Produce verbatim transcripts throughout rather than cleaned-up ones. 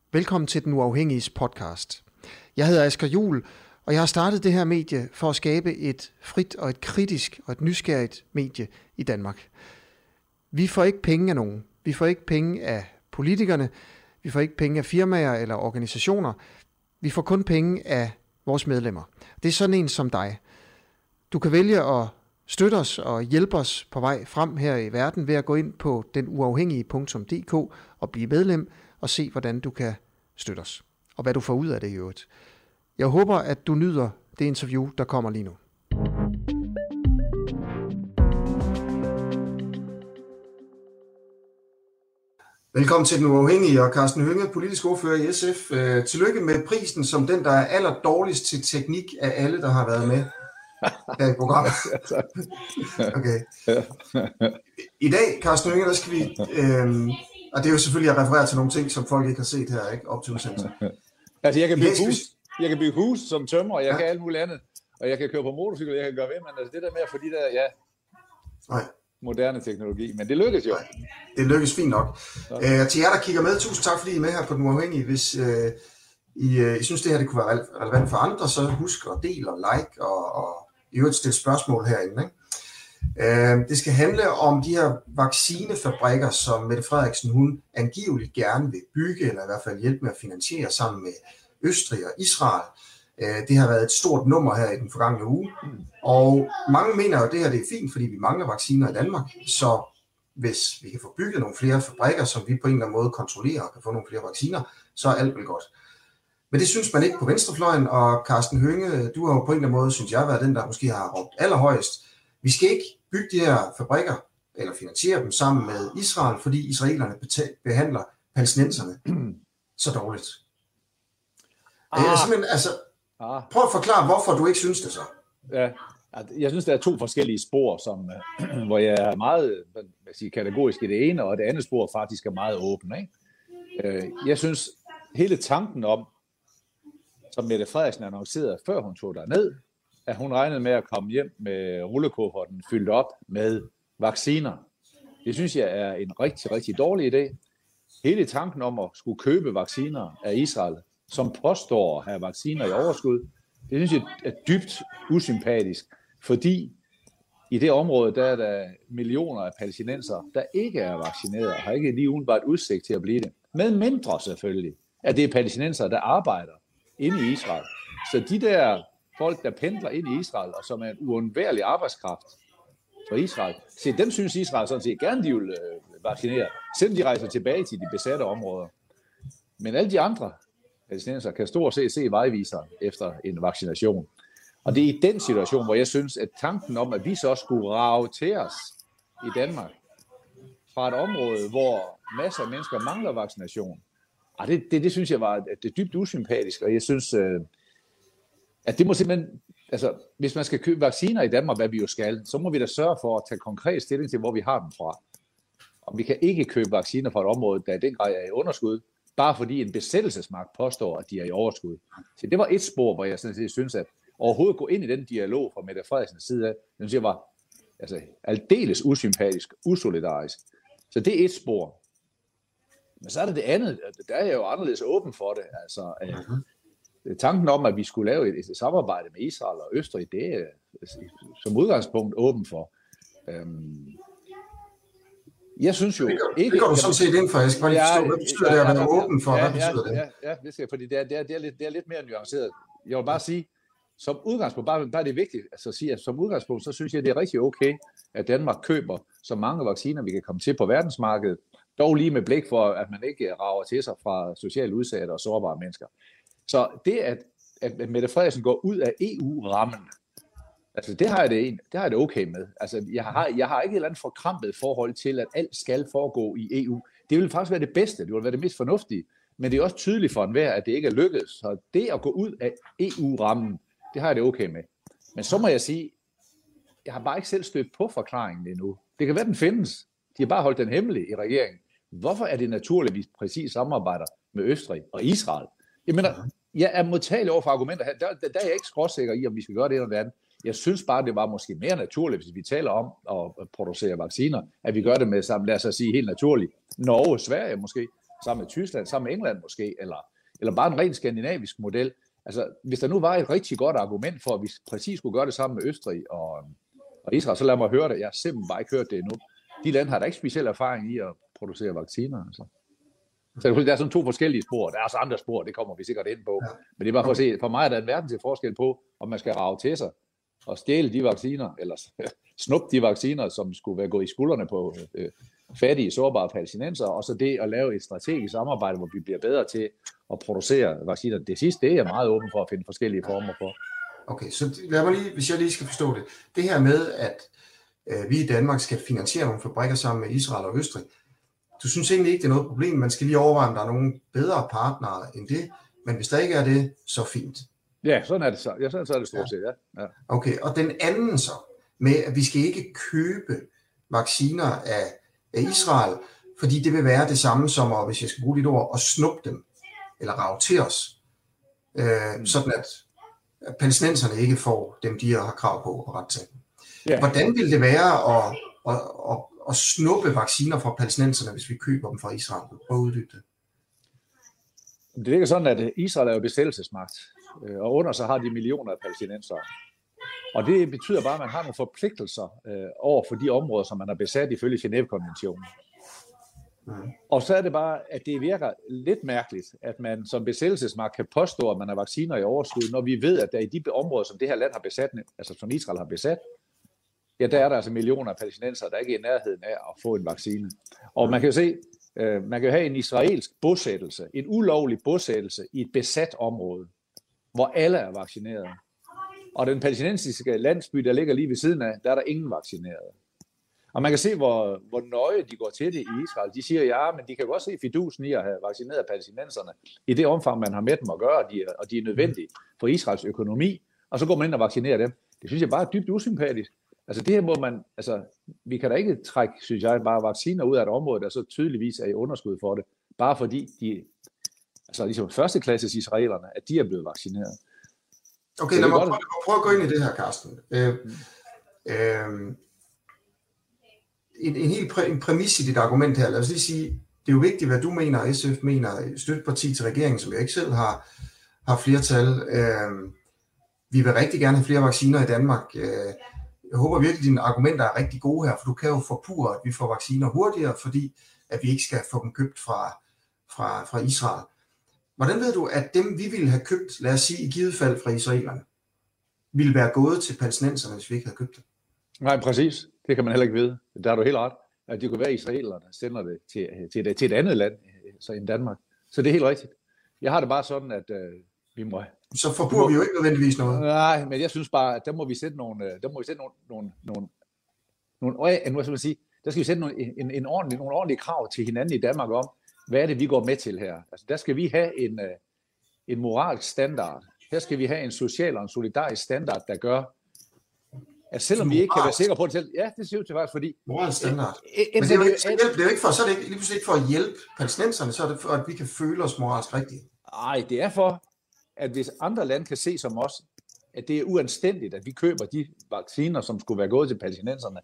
Velkommen til Den Uafhængiges podcast. Jeg hedder Asger Juhl, og jeg har startet det her medie for at skabe et frit og et kritisk og et nysgerrigt medie i Danmark. Vi får ikke penge af nogen. Vi får ikke penge af politikerne. Vi får ikke penge af firmaer eller organisationer. Vi får kun penge af vores medlemmer. Det er sådan en som dig. Du kan vælge at støtte os og hjælpe os på vej frem her i verden ved at gå ind på den uafhængige punktum d k og blive medlem og se, hvordan du kan støtte os, og hvad du får ud af det i øvrigt. Jeg håber, at du nyder det interview, der kommer lige nu. Velkommen til Den Uafhængige og Carsten Hønge, politisk ordfører i S F. Uh, tillykke med prisen som den, der er aller dårligst til teknik af alle, der har været med her i programmet. Okay. I dag, Carsten Hønge, der skal vi... Øh, Og det er jo selvfølgelig at referere til nogle ting, som folk ikke har set her, ikke? Op til udsendelsen. Altså, jeg kan bygge hus, jeg kan bygge hus som tømrer, og jeg ja. kan alt muligt andet. Og jeg kan køre på motorcykel, jeg kan gøre ved, men altså det der med at få de der, ja, Nej. moderne teknologi. Men det lykkes jo. Nej. Det lykkes fint nok. Okay. Uh, til jer, der kigger med, tusind tak, fordi I er med her på Den Uafhængige. Hvis uh, I, uh, I synes, det her det kunne være relevant for andre, så husk at dele og like og, og i øvrigt stille spørgsmål herinde, ikke? Det skal handle om de her vaccinefabrikker, som Mette Frederiksen hun angiveligt gerne vil bygge, eller i hvert fald hjælpe med at finansiere sammen med Østrig og Israel. Det har været et stort nummer her i den forgangne uge, og mange mener jo, at det her det er fint, fordi vi mangler vacciner i Danmark, så hvis vi kan få bygget nogle flere fabrikker, som vi på en eller anden måde kontrollerer og kan få nogle flere vacciner, så er alt vel godt. Men det synes man ikke på venstrefløjen, og Carsten Hønge, du har jo på en eller anden måde, synes jeg, været den, der måske har råbt allerhøjst. Vi skal ikke bygge de her fabrikker, eller finansiere dem sammen med Israel, fordi israelerne behandler palæstinenserne så dårligt. Ah. Jeg simpelthen, altså, ah. Prøv at forklare, hvorfor du ikke synes det så. Ja, jeg synes, der er to forskellige spor, som, hvor jeg er meget hvad siger, kategorisk i det ene, og det andet spor faktisk er meget åben. Ikke? Jeg synes, hele tanken om, som Mette Frederiksen annoncerede, før hun tog derned, at hun regnede med at komme hjem med rullekufferten fyldt op med vacciner. Det synes jeg er en rigtig, rigtig dårlig idé. Hele tanken om at skulle købe vacciner af Israel, som påstår at have vacciner i overskud, det synes jeg er dybt usympatisk, fordi i det område, der er der millioner af palæstinenser, der ikke er vaccineret, og har ikke lige umiddelbart udsigt til at blive det. Med mindre selvfølgelig, at det er palæstinenser, der arbejder inde i Israel. Så de der folk, der pendler ind i Israel, og som er en uundværlig arbejdskraft for Israel. Se, dem synes Israel sådan set gerne, de vil øh, vaccinere, selvom de rejser tilbage til de besatte områder. Men alle de andre palæstinenser kan stort set se vejviseren efter en vaccination. Og det er i den situation, hvor jeg synes, at tanken om, at vi så skulle rage til os i Danmark fra et område, hvor masser af mennesker mangler vaccination, og det, det, det synes jeg var det er dybt usympatisk, og jeg synes... Øh, at det må simpelthen, altså, hvis man skal købe vacciner i Danmark, hvad vi jo skal, så må vi da sørge for at tage konkret stilling til, hvor vi har dem fra. Og vi kan ikke købe vacciner fra et område, der i den grad er i underskud, bare fordi en besættelsesmagt påstår, at de er i overskud. Så det var et spor, hvor jeg sådan set synes, at overhovedet gå ind i den dialog fra Mette Frederiksens side af, den synes jeg var altså, aldeles usympatisk, usolidarisk. Så det er et spor. Men så er det det andet, der er jeg jo anderledes åben for det, altså... Uh-huh. Tanken om, at vi skulle lave et, et samarbejde med Israel og Østrig, det er som udgangspunkt åben for. Øhm, jeg synes jo det gør, ikke... Det går du sådan set ind for. Jeg skal bare lige forstå, hvad betyder det at være åben for? Ja, hvad betyder ja, det? Ja, ja, det skal, fordi det er, det, er, det, er lidt, det er lidt mere nuanceret. Jeg vil bare sige, som udgangspunkt, bare, bare det er vigtigt altså at sige, at som udgangspunkt, så synes jeg, det er rigtig okay, at Danmark køber så mange vacciner, vi kan komme til på verdensmarkedet, dog lige med blik for, at man ikke rager til sig fra socialt udsatte og sårbare mennesker. Så det, at, at Mette Frederiksen går ud af E U-rammen, altså det har jeg det, det har jeg det okay med. Altså jeg har, jeg har ikke et eller andet forkrampet forhold til, at alt skal foregå i E U. Det vil faktisk være det bedste, det vil være det mest fornuftige, men det er også tydeligt for enhver, at det ikke er lykkedes. Så det at gå ud af E U-rammen, det har jeg det okay med. Men så må jeg sige, jeg har bare ikke selv stødt på forklaringen endnu. Det kan være, den findes. De har bare holdt den hemmelig i regeringen. Hvorfor er det naturligt, at vi præcis samarbejder med Østrig og Israel? Jeg mener, jeg er modtagelig over for argumenter her. Der, der, der er jeg ikke skråsikker i, om vi skal gøre det eller det andet. Jeg synes bare, det var måske mere naturligt, hvis vi taler om at producere vacciner, at vi gør det med sammen, lad os sige helt naturligt, Norge, Sverige måske, sammen med Tyskland, sammen med England måske, eller, eller bare en ren skandinavisk model. Altså, hvis der nu var et rigtig godt argument for, at vi præcis skulle gøre det sammen med Østrig og, og Israel, så lad mig høre det. Jeg har simpelthen bare ikke hørt det endnu. De lande har da ikke speciel erfaring i at producere vacciner. Altså. Så der er sådan to forskellige spor. Der er også andre spor, det kommer vi sikkert ind på. Ja. Men det er bare for at se, for mig er der en verden til forskel på, om man skal rage til sig og stjæle de vacciner, eller snuppe de vacciner, som skulle være gået i skuldrene på øh, fattige, sårbare palæstinenser, og så det at lave et strategisk samarbejde, hvor vi bliver bedre til at producere vacciner. Det sidste, det er jeg meget åben for at finde forskellige former for. Okay, så lad mig lige, hvis jeg lige skal forstå det. Det her med, at øh, vi i Danmark skal finansiere nogle fabrikker sammen med Israel og Østrig, du synes egentlig ikke, det er noget problem. Man skal lige overveje, om der er nogle bedre partnere end det, men hvis der ikke er det, så fint. Ja, sådan er det så. Ja, sådan er det stort set, ja. Ja. Okay, og den anden så, med at vi skal ikke købe vacciner af, af Israel, fordi det vil være det samme som, og hvis jeg skal bruge dit ord, at snuppe dem, eller rage til os, øh, mm. sådan at, at palæstinenserne ikke får dem, de har krav på og ret til. Ja. Hvordan vil det være at, at, at, at snuppe vacciner fra palæstinenserne, hvis vi køber dem fra Israel? Prøv at uddybe det. Det ligger sådan, at Israel er jo besættelsesmagt, og under sig har de millioner af palæstinensere. Og det betyder bare, at man har nogle forpligtelser øh, over for de områder, som man har besat ifølge Genève-konventionen. Mm. Og så er det bare, at det virker lidt mærkeligt, at man som besættelsesmagt kan påstå, at man har vacciner i overskud, når vi ved, at der i de områder, som det her land har besat, altså som Israel har besat, ja, der er der altså millioner af palæstinensere, der ikke er i nærheden af at få en vaccine. Og man kan jo se, øh, man kan jo have en israelsk bosættelse, en ulovlig bosættelse i et besat område, hvor alle er vaccineret. Og den palæstinensiske landsby, der ligger lige ved siden af, der er der ingen vaccineret. Og man kan se, hvor, hvor nøje de går til det i Israel. De siger, ja, men de kan godt se fidusen i at have vaccineret palæstinenserne i det omfang, man har med dem at gøre, og de er, og de er nødvendige for Israels økonomi. Og så går man ind og vaccinerer dem. Det synes jeg bare er dybt usympatisk. Altså det her må man, altså vi kan da ikke trække, synes jeg, bare vacciner ud af et område, der så tydeligvis er i underskud for det, bare fordi de, altså ligesom førsteklasses israelerne, at de er blevet vaccineret. Okay, lad mig prøve, prøve at gå ind i det her, Carsten. Øh, øh, en, en helt præ, en præmis i dit argument her, lad os lige sige, det er jo vigtigt, hvad du mener, og S F mener, støtteparti til regeringen, som jeg ikke selv har, har flertal. Øh, vi vil rigtig gerne have flere vacciner i Danmark. Øh, jeg håber virkelig, at dine argumenter er rigtig gode her, for du kan jo forpure, at vi får vacciner hurtigere, fordi at vi ikke skal få dem købt fra, fra, fra Israel. Hvordan ved du, at dem, vi ville have købt, lad os sige i givet fald fra israelerne, ville være gået til palæstinenserne, hvis vi ikke havde købt det? Nej, præcis. Det kan man heller ikke vide. Der har du helt ret. At det kunne være israelerne, der sender det til, til, til et andet land, så end Danmark. Så det er helt rigtigt. Jeg har det bare sådan, at øh, vi må... Så forbruger vi jo ikke nødvendigvis noget. Nej, men jeg synes bare, at der må vi sætte nogle, der må vi sætte nogle, nogle, nogle, nogle, nogle hvad sige, der skal vi sætte nogle, en, en ordentlig, nogle ordentlige krav til hinanden i Danmark om, hvad er det, vi går med til her? Altså, der skal vi have en, en moralsk standard. Her skal vi have en social og en solidarisk standard, der gør, at selvom vi ikke kan være sikre på det selv, ja, det ser ud til faktisk, fordi... Moralsk standard. En, en, Men det er, jo ikke, så hjælp, det er jo ikke for, så er det ikke, lige pludselig ikke for at hjælpe palæstinenserne, så er det for, at vi kan føle os moralsk rigtigt. Nej, det er for, at hvis andre lande kan se som os, at det er uanstændigt, at vi køber de vacciner, som skulle være gået til palæstinenserne,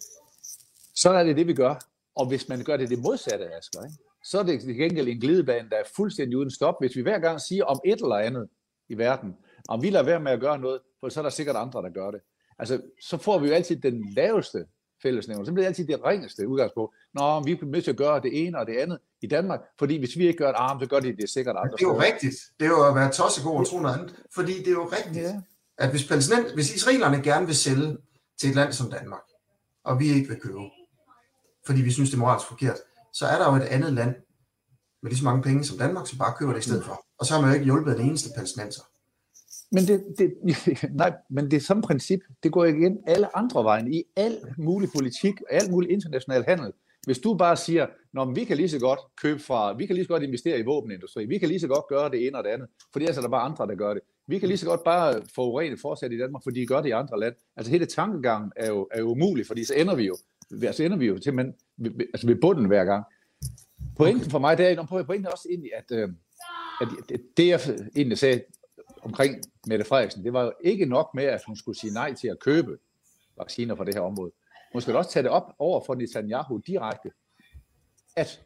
så er det det, vi gør. Og hvis man gør det det modsatte, Asger, ikke? Så er det til gengæld en glidebane, der er fuldstændig uden stop. Hvis vi hver gang siger om et eller andet i verden, om vi lader være med at gøre noget, for så er der sikkert andre, der gør det. Altså, så får vi jo altid den laveste fællesnævner. Så bliver det altid det ringeste udgangspunkt. Nå, vi er nødt til at gøre det ene og det andet i Danmark, fordi hvis vi ikke gør det, ah, så gør de det sikkert andre. Det er jo rigtigt. Det er jo at være tossegod og tro noget andet. Fordi det er jo rigtigt, ja. At hvis, hvis israelerne gerne vil sælge til et land som Danmark, og vi ikke vil købe, fordi vi synes, det er moralsk forkert, så er der jo et andet land med lige så mange penge som Danmark, som bare køber det i stedet for. Og så har man jo ikke hjulpet den eneste palæstinenser. Men det, det, nej, men det er samme princip. Det går igen alle andre vejen i al mulig politik, al mulig international handel. Hvis du bare siger, nå, vi kan lige så godt købe fra, vi kan lige så godt investere i våbenindustri, vi kan lige så godt gøre det ene og det andet, fordi ellers er der bare andre, der gør det. Vi kan lige så godt bare forurene fortsat i Danmark, fordi de gør det i andre lande. Altså hele tankegangen er jo, er jo umulig, fordi så ender vi jo, så ender vi jo simpelthen altså ved bunden hver gang. Pointen for mig, det er, pointen er også egentlig, at, at det jeg egentlig sagde omkring Mette Frederiksen, det var jo ikke nok med, at hun skulle sige nej til at købe vacciner fra det her område. Hun skal også tage det op over for Netanyahu direkte, at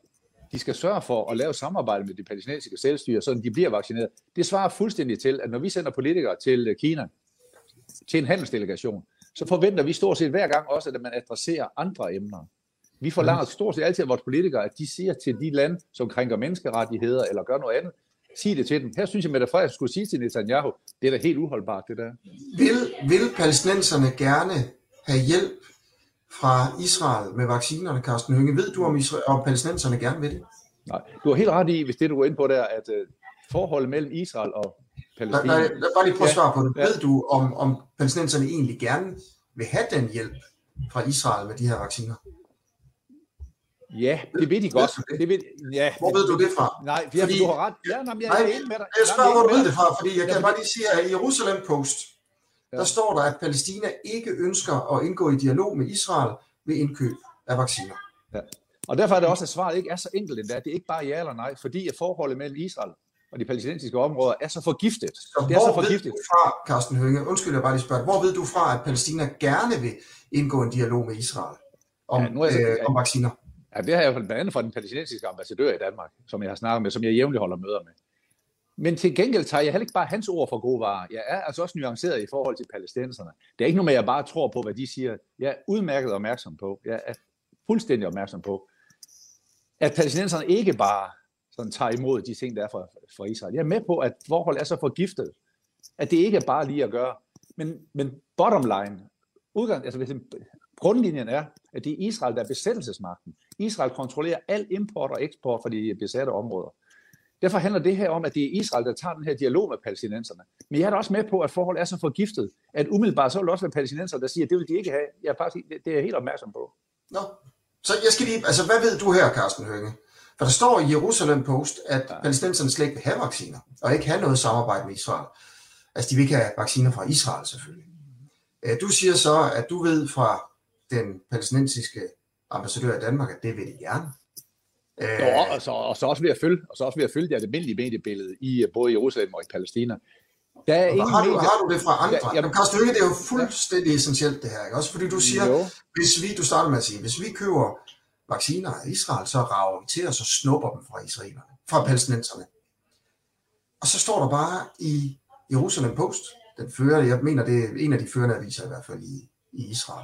de skal sørge for at lave samarbejde med det palæstinensiske selvstyre, så de bliver vaccineret. Det svarer fuldstændig til, at når vi sender politikere til Kina, til en handelsdelegation, så forventer vi stort set hver gang også, at man adresserer andre emner. Vi forlanger stort set altid af vores politikere, at de siger til de lande, som krænker menneskerettigheder eller gør noget andet, sig det til dem. Her synes jeg, Mette Frederiksen skulle sige til Netanyahu, det er da helt uholdbart, det der. Vil, vil palæstinenserne gerne have hjælp fra Israel med vaccinerne, Karsten Hønge? Ved du, om, Israel, om palæstinenserne gerne vil det? Nej, du har helt ret i, hvis det du går ind på der, at uh, forholdet mellem Israel og Palæstina... Nej, nej, bare lige prøv at svare på det. Ja. Ved du, om, om palæstinenserne egentlig gerne vil have den hjælp fra Israel med de her vacciner? Ja, det ved de godt. Det? Det ved, ja. Hvor ved du det fra? Nej, fordi, fordi du har ret. Ja, nej, jeg er nej, enig med dig. Jeg spørger, hvor du ved det fra, fordi jeg ja, kan bare lige sige, at i Jerusalem Post, ja. der står der, at Palæstina ikke ønsker at indgå i dialog med Israel ved indkøb af vacciner. Ja. Og derfor er det også, at svaret ikke er så enkelt endda. Det er ikke bare ja eller nej, fordi at forholdet mellem Israel og de palæstinensiske områder er så forgiftet. Så det er hvor så forgiftet. ved du fra, Karsten Hønge, undskyld jeg bare lige spørger, hvor ved du fra, at Palæstina gerne vil indgå en dialog med Israel om, ja, nu er så, øh, om vacciner? Ja, det har jeg blandt andet fra den palæstinensiske ambassadør i Danmark, som jeg har snakket med, som jeg jævnligt holder møder med. Men til gengæld tager jeg heller ikke bare hans ord for gode varer. Jeg er altså også nuanceret i forhold til palæstinenserne. Det er ikke noget med, at jeg bare tror på, hvad de siger. Jeg er udmærket opmærksom på. Jeg er fuldstændig opmærksom på, at palæstinenserne ikke bare sådan tager imod de ting, der er fra, fra Israel. Jeg er med på, at forholdet er så forgiftet, at det ikke er bare lige at gøre. Men, men bottom line, udgang, altså hvis grundlinjen er, at det er Israel, der er besættelsesmagten. Israel kontrollerer al import og eksport fra de besatte områder. Derfor handler det her om, at det er Israel, der tager den her dialog med palæstinenserne. Men jeg er da også med på, at forholdet er så forgiftet, at umiddelbart så vil det også være palæstinenser, der siger, at det vil de ikke have. Jeg er faktisk, det er jeg helt opmærksom på. Nå, så jeg skal lige, altså hvad ved du her, Karsten Hønge? For der står i Jerusalem Post, at ja. palæstinenserne slet ikke vil have vacciner, og ikke have noget samarbejde med Israel. Altså de vil ikke have vacciner fra Israel selvfølgelig. Du siger så, at du ved fra den palæstinensiske ambassadør i Danmark, at det vil de gerne. Jo, og, så, og så også ved at følge, og så også ved at følge det almindelige mediebillede i både Jerusalem og i Palæstina. Der er ingen har, du, medier... har du det fra andre? Ja, jamen, Karsten Hønge, det er jo fuldstændig essentielt det her, ikke? Også fordi du siger, jo. hvis vi, du starter med at sige, hvis vi køber vacciner af Israel, så rager vi til os og snupper dem fra israelerne, fra palæstinenserne. Og så står der bare i Jerusalem Post, den fører, jeg mener det er en af de førende aviser i hvert fald i, i Israel,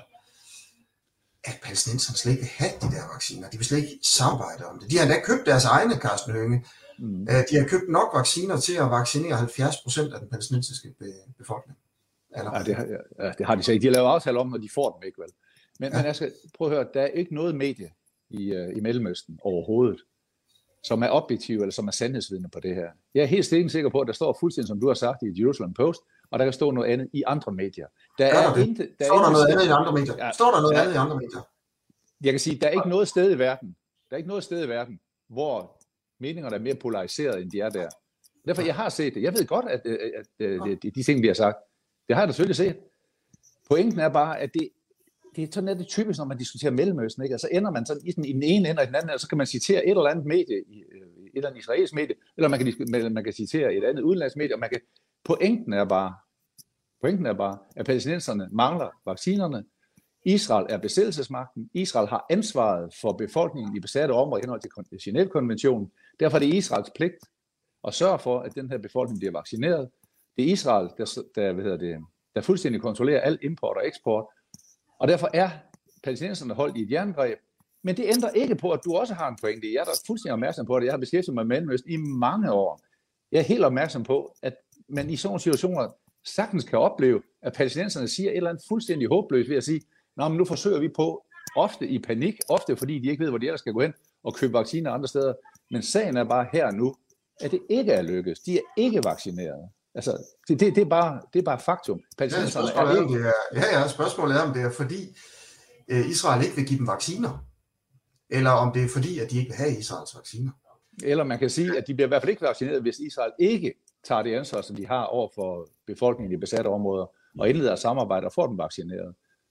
at palæstinenserne slet ikke vil have de der vacciner. De vil slet ikke samarbejde om det. De har endda købt deres egne, Karsten Hønge. Mm. De har købt nok vacciner til at vaccinere halvfjerds procent af den palæstinensiske befolkning. Ja, det, har, ja, det har de så ikke. De har lavet aftale om, når de får dem ikke, vel? Men, ja. men jeg skal prøve at høre, der er ikke noget medie i, uh, i Mellemøsten overhovedet, som er objektiv eller som er sandhedsvidende på det her. Jeg er helt sikker på, at der står fuldstændig, som du har sagt, i Jerusalem Post, og der kan stå noget andet i andre medier. Der er der intet, der står er der noget andet i andre medier? Ja, står der noget ja, andet i andre medier? Jeg kan sige, der er ikke noget sted i verden, der er ikke noget sted i verden, hvor meningerne er mere polariseret, end de er der. Derfor, jeg har set det. Jeg ved godt, at, at, at, at de ting, vi har sagt, det har jeg da selvfølgelig set. Pointen er bare, at det, det er sådan, at det er typisk, når man diskuterer Mellemøsten, ikke? Og så ender man sådan i den, i den ene ende og i den anden, og så kan man citere et eller andet medie, et eller andet israelsk medie, eller man kan, man kan citere et andet udenlandsk medie, og man kan, pointen er bare, pointen er bare, at palæstinenserne mangler vaccinerne. Israel er besættelsesmagten. Israel har ansvaret for befolkningen i besatte områder i henhold til Genève-konventionen. Derfor er det Israels pligt at sørge for, at den her befolkning bliver vaccineret. Det er Israel, der, der, hvad hedder det, der fuldstændig kontrollerer al import og eksport. Og derfor er palæstinenserne holdt i et jerngreb. Men det ændrer ikke på, at du også har en pointe. Jeg er da fuldstændig opmærksom på det. Jeg har beskæftiget mig med Mellemøsten i mange år. Jeg er helt opmærksom på, at man i sådan situationer sagtens kan opleve, at palæstinenserne siger et eller andet fuldstændig håbløst ved at sige, nå, men nu forsøger vi på, ofte i panik, ofte fordi de ikke ved, hvor de ellers skal gå hen og købe vacciner andre steder. Men sagen er bare her nu, at det ikke er lykkedes. De er ikke vaccineret. Altså, det, det, det, er, bare, det er bare faktum. Ja, spørgsmålet er, om det er, ja, ja, spørgsmålet er, om det er fordi øh, Israel ikke vil give dem vacciner, eller om det er fordi, at de ikke vil have Israels vacciner. Eller man kan sige, at de bliver i hvert fald ikke vaccineret, hvis Israel ikke tager det ansvar, som de har over for befolkningen i besatte områder, og indleder et samarbejde og får dem vaccineret.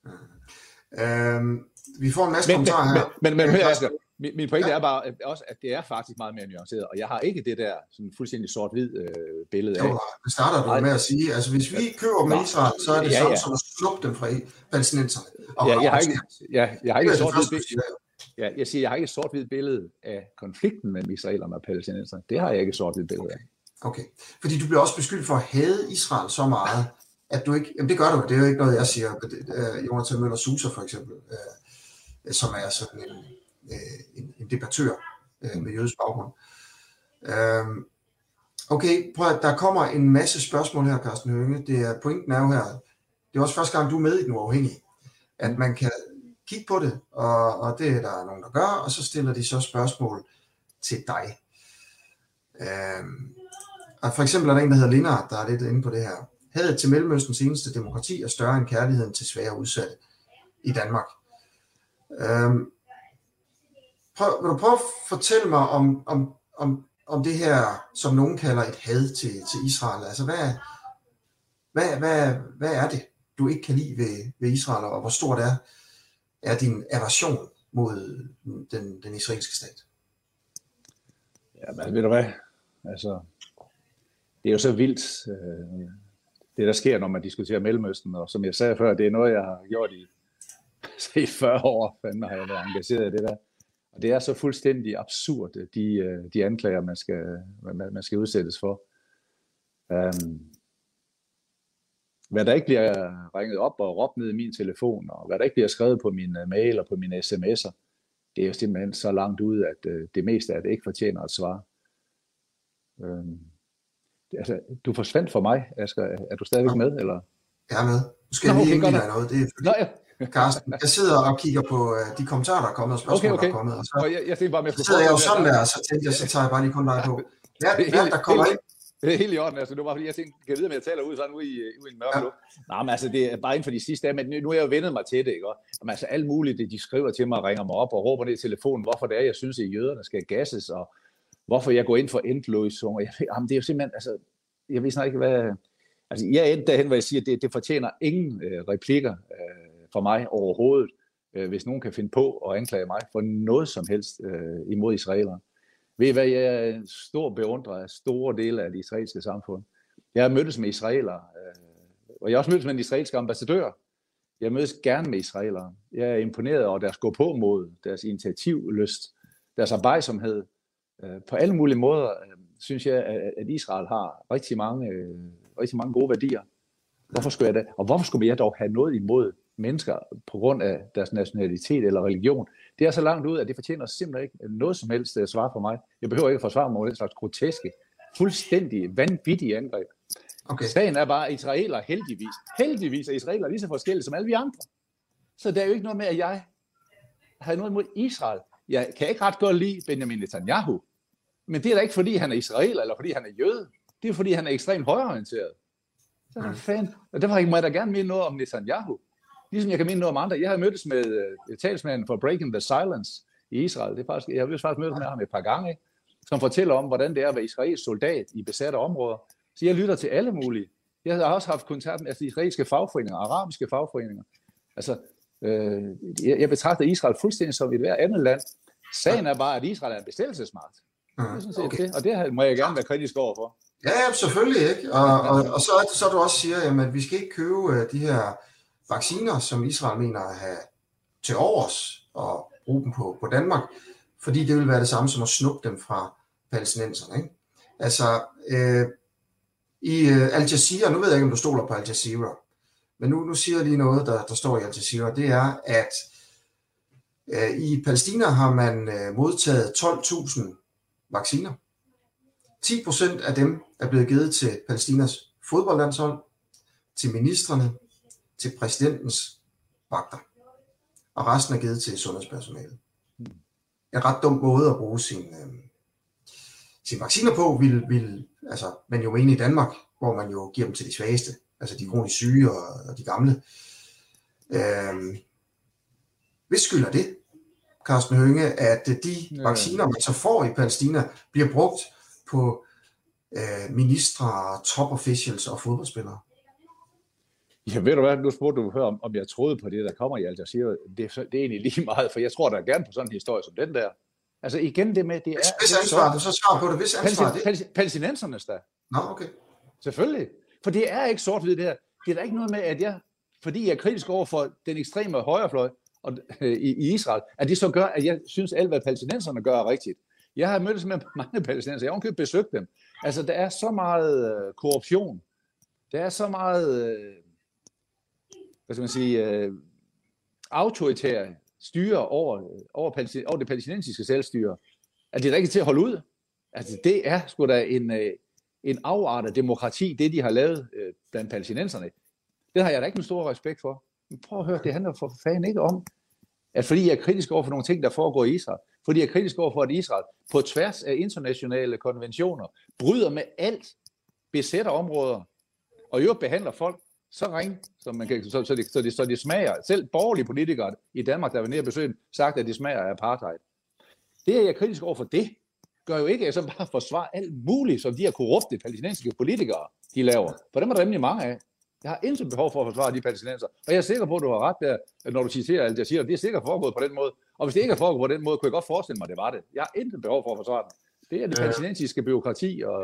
Øhm, vi får en masse men, kommentarer her. Men, men, men hør, Asger, min, min pointe ja. er bare at også, at det er faktisk meget mere nuanceret, og jeg har ikke det der sådan fuldstændig sort-hvid øh, billede af. Jo, det starter du med at sige, altså hvis vi køber dem i Israel, så er det ja, samme ja. som at slukke dem fra palæstinenserne. Ja, jeg har ikke, ja, jeg har ikke sort-hvid billede. Ja, jeg siger, jeg har ikke et sort-hvidt billede af konflikten mellem israelerne og palæstinenserne. Det har jeg ikke et sort-hvidt billede af. Okay, fordi du bliver også beskyldt for at hade Israel så meget, at du ikke, jamen det gør du, det er jo ikke noget, jeg siger, uh, Jonathan Møller-Suser for eksempel, uh, som er sådan en, uh, en, en debattør uh, med jødisk baggrund. Uh, okay, prøv at, der kommer en masse spørgsmål her, Carsten Hønge. Det er, pointen er jo her, det er også første gang, du er med i Den Uafhængige, at man kan kigge på det, og, og det er der nogen, der gør, og så stiller de så spørgsmål til dig. Uh, og for eksempel er der en, der hedder Lindart, der er lidt inde på det her. Hadet til Mellemøstens eneste demokrati er større end kærligheden til svære udsatte i Danmark. Øhm, prøv, vil du prøve at fortælle mig om, om, om, om det her, som nogen kalder et had til, til Israel? Altså, hvad, hvad, hvad, hvad er det, du ikke kan lide ved, ved Israel, og hvor stort er, er din aversion mod den, den israelske stat? Ja, men ved du hvad? Altså, det er jo så vildt, øh, det der sker, når man diskuterer Mellemøsten, og som jeg sagde før, det er noget, jeg har gjort i, i fyrre år, fanden har jeg været engageret i det der. Og det er så fuldstændig absurd, de, de anklager, man skal, man, man skal udsættes for. Um, hvad der ikke bliver ringet op og råbt ned i min telefon, og hvad der ikke bliver skrevet på min mail og på mine sms'er, det er jo simpelthen så langt ude, at uh, det meste af det ikke fortjener et svar. Um, Altså, du forsvandt for mig, Asger. Er du stadigvæk med, eller? Jeg er med. Du skal Nå, lige okay, indgive dig noget. Det er fordi, Nå, ja. Carsten, jeg sidder og kigger på uh, de kommentarer, der er kommet, og spørgsmål, okay, okay. der er kommet. Og så, og jeg, jeg bare, med så sidder jeg jo sådan der, og så tænkte jeg, så tager jeg bare lige kun dig på. Hvad ja, der kommer ind? Det er helt i orden, altså. Det var bare fordi, jeg tænkte, kan jeg vide, om jeg taler ud sådan ude i, ude i en mørk luft? Ja. Nej, men altså, det er bare inden for de sidste dage, men nu er jeg jo vendet mig til det, ikke? Men altså, alt muligt, de skriver til mig, ringer mig op og råber ned i telefonen, hvorfor det er, jeg synes, at jøderne skal gasses, og hvorfor jeg går ind for endløsninger. Jamen, det er jo simpelthen, altså, jeg ved snart ikke, hvad... Altså, jeg er endt derhen, hvor jeg siger, at det, det fortjener ingen øh, replikker øh, for mig overhovedet, øh, hvis nogen kan finde på at anklage mig for noget som helst øh, imod israelerne. Ved I hvad, jeg er en stor beundrer af store dele af det israelske samfund. Jeg har mødtes med israelere, øh, og jeg har også mødtes med den israelske ambassadør. Jeg mødes gerne med israelere. Jeg er imponeret over deres gå-på-mod, deres initiativlyst, deres arbejdsomhed. Øh, på alle mulige måder øh, synes jeg, at Israel har rigtig mange, øh, rigtig mange gode værdier. Hvorfor skulle jeg det? Og hvorfor skulle jeg dog have noget imod mennesker på grund af deres nationalitet eller religion? Det er så langt ud, at det fortjener simpelthen ikke noget som helst at svare for mig. Jeg behøver ikke at forsvare mig mod den slags groteske, fuldstændig vanvittige angreb. Okay. Sagen er bare, at israeler heldigvis, heldigvis er israeler lige så forskellige som alle vi andre. Så der er jo ikke noget med, at jeg har noget imod Israel. Jeg kan ikke ret godt lide Benjamin Netanyahu. Men det er da ikke, fordi han er israeler, eller fordi han er jøde. Det er fordi, han er ekstremt højreorienteret. Så er det fan. Og derfor må jeg da gerne mene noget om Netanyahu. Ligesom jeg kan mene noget om andre. Jeg har mødtes med uh, talsmanden for Breaking the Silence i Israel. Det er faktisk, jeg har faktisk mødtes med ham et par gange, ikke? Som fortæller om, hvordan det er at være israelsk soldat i besatte områder. Så jeg lytter til alle mulige. Jeg har også haft kontakt med altså, israelske fagforeninger, arabiske fagforeninger. Altså, øh, jeg, jeg betragter Israel fuldstændig som et hver andet land. Sagen er bare, at Israel er en besættelsesmagt. Det er sådan set okay. det, og det må jeg gerne være kritisk overfor. Ja, ja, selvfølgelig ikke. Og, og, og så, så du også siger, jamen, at vi skal ikke købe de her vacciner, som Israel mener at have til overs og bruge dem på, på Danmark, fordi det vil være det samme som at snuppe dem fra palæstinenserne. Ikke? Altså, øh, i uh, Al Jazeera, nu ved jeg ikke, om du stoler på Al Jazeera, men nu, nu siger jeg lige noget, der, der står i Al Jazeera, det er, at øh, i Palæstina har man øh, modtaget tolv tusind vacciner. ti procent af dem er blevet givet til Palæstinas fodboldlandshold, til ministrene, til præsidentens vagter, og resten er givet til sundhedspersonalet. En ret dum måde at bruge sin, øh, sine vacciner på, vil, vil altså, man jo mene i Danmark, hvor man jo giver dem til de svageste, altså de kronisk syge og, og de gamle. Øh, hvis skylder det, Carsten Hønge, at de vacciner, man så får i Palæstina, bliver brugt på øh, ministre, top officials og fodboldspillere? Ja, ved du hvad, nu spurgte du før, om, om jeg troede på det, der kommer i Al Jazeera. Det, det er egentlig lige meget, for jeg tror da gerne på sådan en historie som den der. Altså igen det med, det er... Hvis, hvis ansvar, du så svarer på det, hvis ansvar det? Palæs, palæstinensernes da. Nå, okay. Selvfølgelig. For det er ikke sort-hvid det her. Det er da ikke noget med, at jeg, fordi jeg er kritisk over for den ekstreme højrefløj, og, øh, i, i Israel, at det så gør, at jeg synes, alt hvad palæstinenserne gør er rigtigt. Jeg har mødtes med mange palæstinenser, jeg har ikke besøgt dem. Altså, der er så meget øh, korruption, der er så meget, øh, hvad skal man sige, øh, autoritære styre over, over, palæstin- over det palæstinensiske selvstyre, at det er ikke til at holde ud. Altså, det er sgu da en, øh, en afart af demokrati, det de har lavet øh, blandt palæstinenserne. Det har jeg da ikke en stor respekt for. Men prøv at høre, det handler for fanden ikke om, at fordi jeg er kritisk over for nogle ting, der foregår i Israel, fordi jeg er kritisk over for, at Israel på tværs af internationale konventioner bryder med alt, besætter områder, og jo behandler folk så ringe, så, man kan, så, så, det, så, det, så det smager. Selv borgerlige politikere i Danmark, der var nede og besøge dem, sagt, at det smager af apartheid. Det er jeg kritisk over for det, gør jo ikke, at jeg så bare forsvarer alt muligt, som de her korrupte palæstinensiske politikere, de laver. For dem er der rimelig mange af. Jeg har intet behov for at forsvare de palæstinenser. Og jeg er sikker på, at du har ret der, når du citerer alt, jeg siger, at det er sikkert foregået på den måde. Og hvis det ikke er foregået på den måde, kunne jeg godt forestille mig, at det var det. Jeg har intet behov for at forsvare det. Det er det palæstinensiske byråkrati og,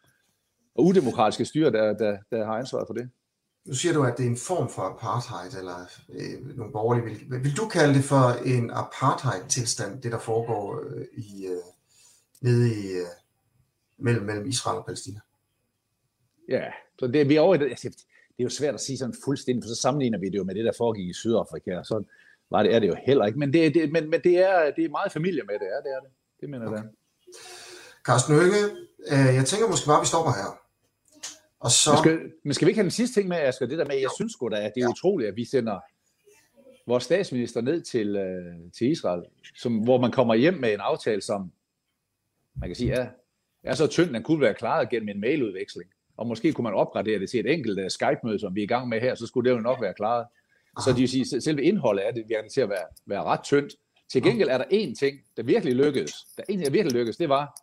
og udemokratiske styre, der, der, der har ansvaret for det. Nu siger du, at det er en form for apartheid, eller øh, nogle borgerlige vil. Vil du kalde det for en apartheid-tilstand, det der foregår øh, i, øh, nede i, øh, mellem, mellem Israel og Palæstina? Ja, så det, vi er over i det. Altså, det er jo svært at sige sådan fuldstændig, for så sammenligner vi det jo med det, der foregik i Sydafrika. Så var det, er det jo heller ikke. Men det, det, men, men det, er, det er meget familie med det, ja, det er det. Det mener jeg. Okay. Carsten Hønge, øh, jeg tænker måske bare, vi stopper her. Og så... men, skal, men skal vi ikke have den sidste ting med, Asger? Det der med, jeg synes sgu da, at det er ja. utroligt, at vi sender vores statsminister ned til, øh, til Israel, som, hvor man kommer hjem med en aftale, som man kan sige, er, er så tynd, den kunne være klaret gennem en mailudveksling. Og måske kunne man opgradere det til et enkelt uh, Skype-møde, som vi er i gang med her, så skulle det jo nok være klaret. Så det vil sige, selve indholdet af det virker til at være, være ret tyndt. Til gengæld er der én ting, der virkelig lykkedes. Der er en ting, der virkelig lykkedes, det var,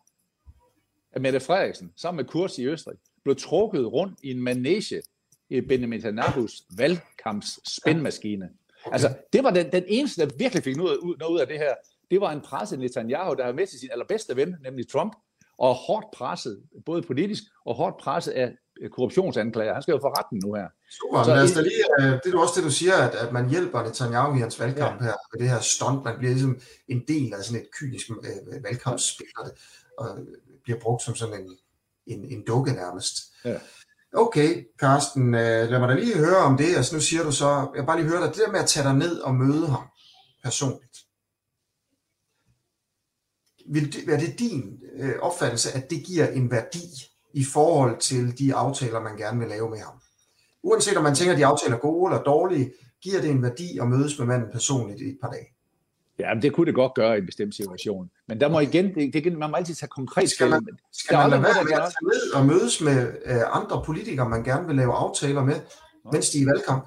at Mette Frederiksen, sammen med Kurz i Østrig, blev trukket rundt i en manege i Benjamin Netanyahus valgkamps spændmaskine. Altså, det var den, den eneste, der virkelig fik noget ud, noget ud af det her. Det var en presse Netanyahu, der havde med til sin allerbedste ven, nemlig Trump, og hårdt presset, både politisk og hårdt presset af korruptionsanklager. Han skal jo få retten nu her. Super, så, men altså, lige, det er jo også det, du siger, at, at man hjælper Netanyahu i hans valgkamp ja. her, med det her stunt. Man bliver ligesom en del af sådan et kynisk øh, valgkampsspil, og bliver brugt som sådan en, en, en dukke nærmest. Ja. Okay, Carsten, øh, lad mig da lige høre om det. Altså, nu siger du så, jeg bare lige høre dig, det der med at tage dig ned og møde ham personligt. Vil det, er det din øh, opfattelse, at det giver en værdi i forhold til de aftaler, man gerne vil lave med ham? Uanset om man tænker, at de aftaler er gode eller dårlige, giver det en værdi at mødes med manden personligt i et par dage? Ja, men det kunne det godt gøre i en bestemt situation. Men der må igen, det, det, man må altid tage konkret skal man, skal man lade være med at tage ned og mødes med øh, andre politikere, man gerne vil lave aftaler med, Nå. mens de er i valgkamp?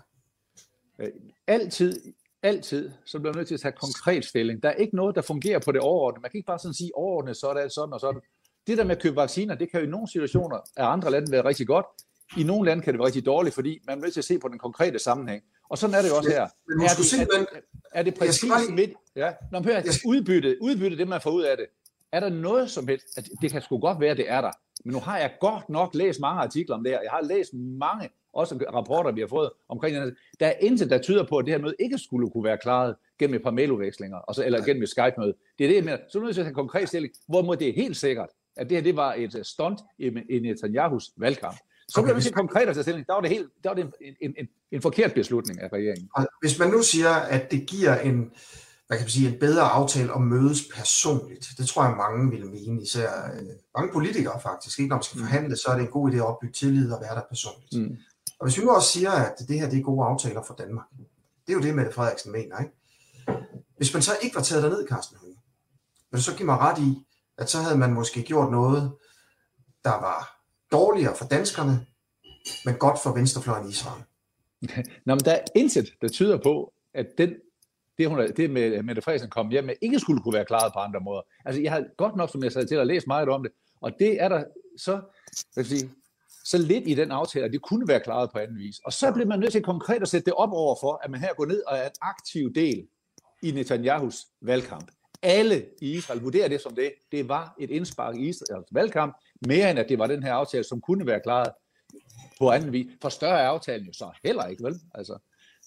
Altid, altid, så bliver man nødt til at tage konkret stilling. Der er ikke noget, der fungerer på det overordnede. Man kan ikke bare sådan sige overordnet, så er det sådan og sådan. Det der med at købe vacciner, det kan jo i nogle situationer af andre lande være rigtig godt. I nogle lande kan det være rigtig dårligt, fordi man er nødt til at se på den konkrete sammenhæng. Og sådan er det jo også her. Men, men er, det, er, er det præcis lige... midt... Ja, når man hører, at udbytte, udbytte det, man får ud af det, er der noget som helst... At det kan sgu godt være, at det er der. Men nu har jeg godt nok læst mange artikler om det her. Jeg har læst mange, også rapporter, vi har fået omkring det. Der er intet, der tyder på, at det her møde ikke skulle kunne være klaret gennem et par mailudvekslinger, og så, eller gennem et Skype-møde. Det er det, jeg mener. Så er du nødt til at have en konkret stilling, hvorimod det er helt sikkert, at det her det var et stunt i, i Netanyahus valgkamp. Så okay, bliver det konkret at tage stilling. Der var det, helt, der var det en, en, en, en forkert beslutning af regeringen. Hvis man nu siger, at det giver en, hvad kan man sige, en bedre aftale at mødes personligt, det tror jeg mange vil mene, især øh, mange politikere faktisk. Ikke når man skal forhandle, så er det en god idé at opbygge tillid og være der personligt. Mm. Og hvis vi nu også siger, at det her det er gode aftaler for Danmark, det er jo det, Mette Frederiksen mener, ikke? Hvis man så ikke var taget derned, Carsten Hønge, vil du så give mig ret i, at så havde man måske gjort noget, der var dårligere for danskerne, men godt for venstrefløjen i Israel? Nå, men der er intet, der tyder på, at den, det, hun, det med Mette Frederiksen kom hjem med, ikke skulle kunne være klaret på andre måder. Altså, jeg har godt nok, som jeg sagde til at læse meget om det, og det er der så, hvad sige, så lidt i den aftale, at det kunne være klaret på anden vis. Og så bliver man nødt til konkret at sætte det op over for, at man her går ned og er en aktiv del i Netanyahus valgkamp. Alle i Israel vurderer det som det. Det var et indspark i Israels valgkamp, mere end at det var den her aftale, som kunne være klaret på anden vis. For større er aftalen jo så heller ikke, vel? Altså,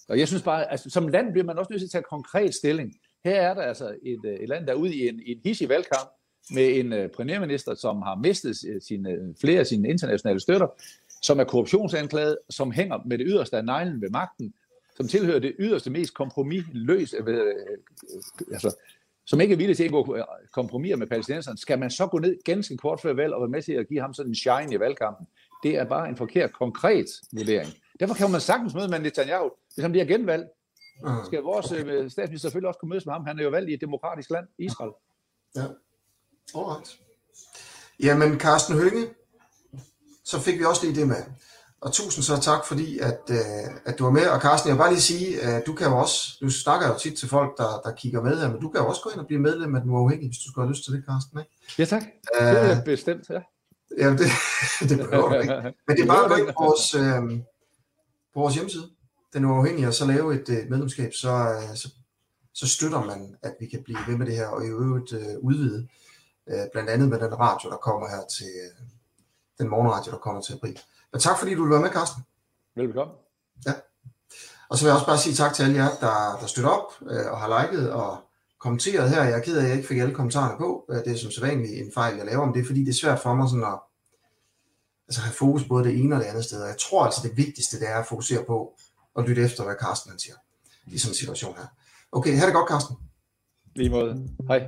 Og jeg synes bare, altså som land bliver man også nødt til at tage konkret stilling. Her er der altså et, et land, der er ude i en, en hissig valgkamp med en uh, premierminister, som har mistet sine, flere af sine internationale støtter, som er korruptionsanklaget, som hænger med det yderste af neglen ved magten, som tilhører det yderste, mest kompromisløse, øh, altså, som ikke er villig til at gå kompromiser med palæstinenserne. Skal man så gå ned ganske kort før valg og være med til at give ham sådan en shine i valgkampen? Det er bare en forkert, konkret vurdering. Derfor kan man sagtens møde med Netanyahu, hvis han bliver genvalgt. Skal vores øh, statsminister selvfølgelig også kunne mødes med ham? Han er jo valgt i et demokratisk land, Israel. Ja, alright. Jamen, Karsten Hønge, så fik vi også lige det med. Og tusind så tak, fordi at, øh, at du var med. Og Karsten, jeg vil bare lige sige, at du kan jo også, du snakker jo tit til folk, der, der kigger med her, men du kan jo også gå ind og blive medlem af Den Uafhængige, hvis du skulle have lyst til det, Karsten, ikke? Ja, tak. Uh, det er bestemt, ja. Ja, det, det behøver du ikke. Men det er bare at gå ind på vores, øh, på vores hjemmeside, Den Uafhængige, og så lave et øh, medlemskab, så, øh, så, så støtter man, at vi kan blive ved med det her, og i øvrigt øh, udvide, øh, blandt andet med den radio, der kommer her til, øh, den morgenradio, der kommer til april. Men tak fordi du vil være med, Karsten. Velbekomme. Ja. Og så vil jeg også bare sige tak til alle jer, der, der støtter op øh, og har liket og kommenteret her. Jeg er ked af, at jeg ikke fik alle kommentarerne på. Det er som sædvanligt en fejl, jeg laver, men det er fordi, det er svært for mig sådan at altså, have fokus både det ene og det andet sted. Og jeg tror altså, det vigtigste det er at fokusere på og lytte efter, hvad Karsten han siger i sådan en situation her. Okay, ha' det godt, Karsten. Lige måde. Hej.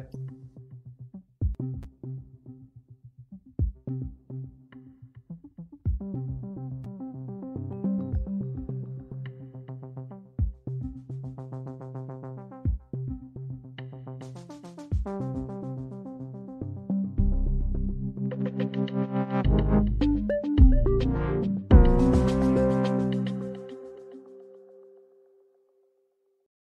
Thank you.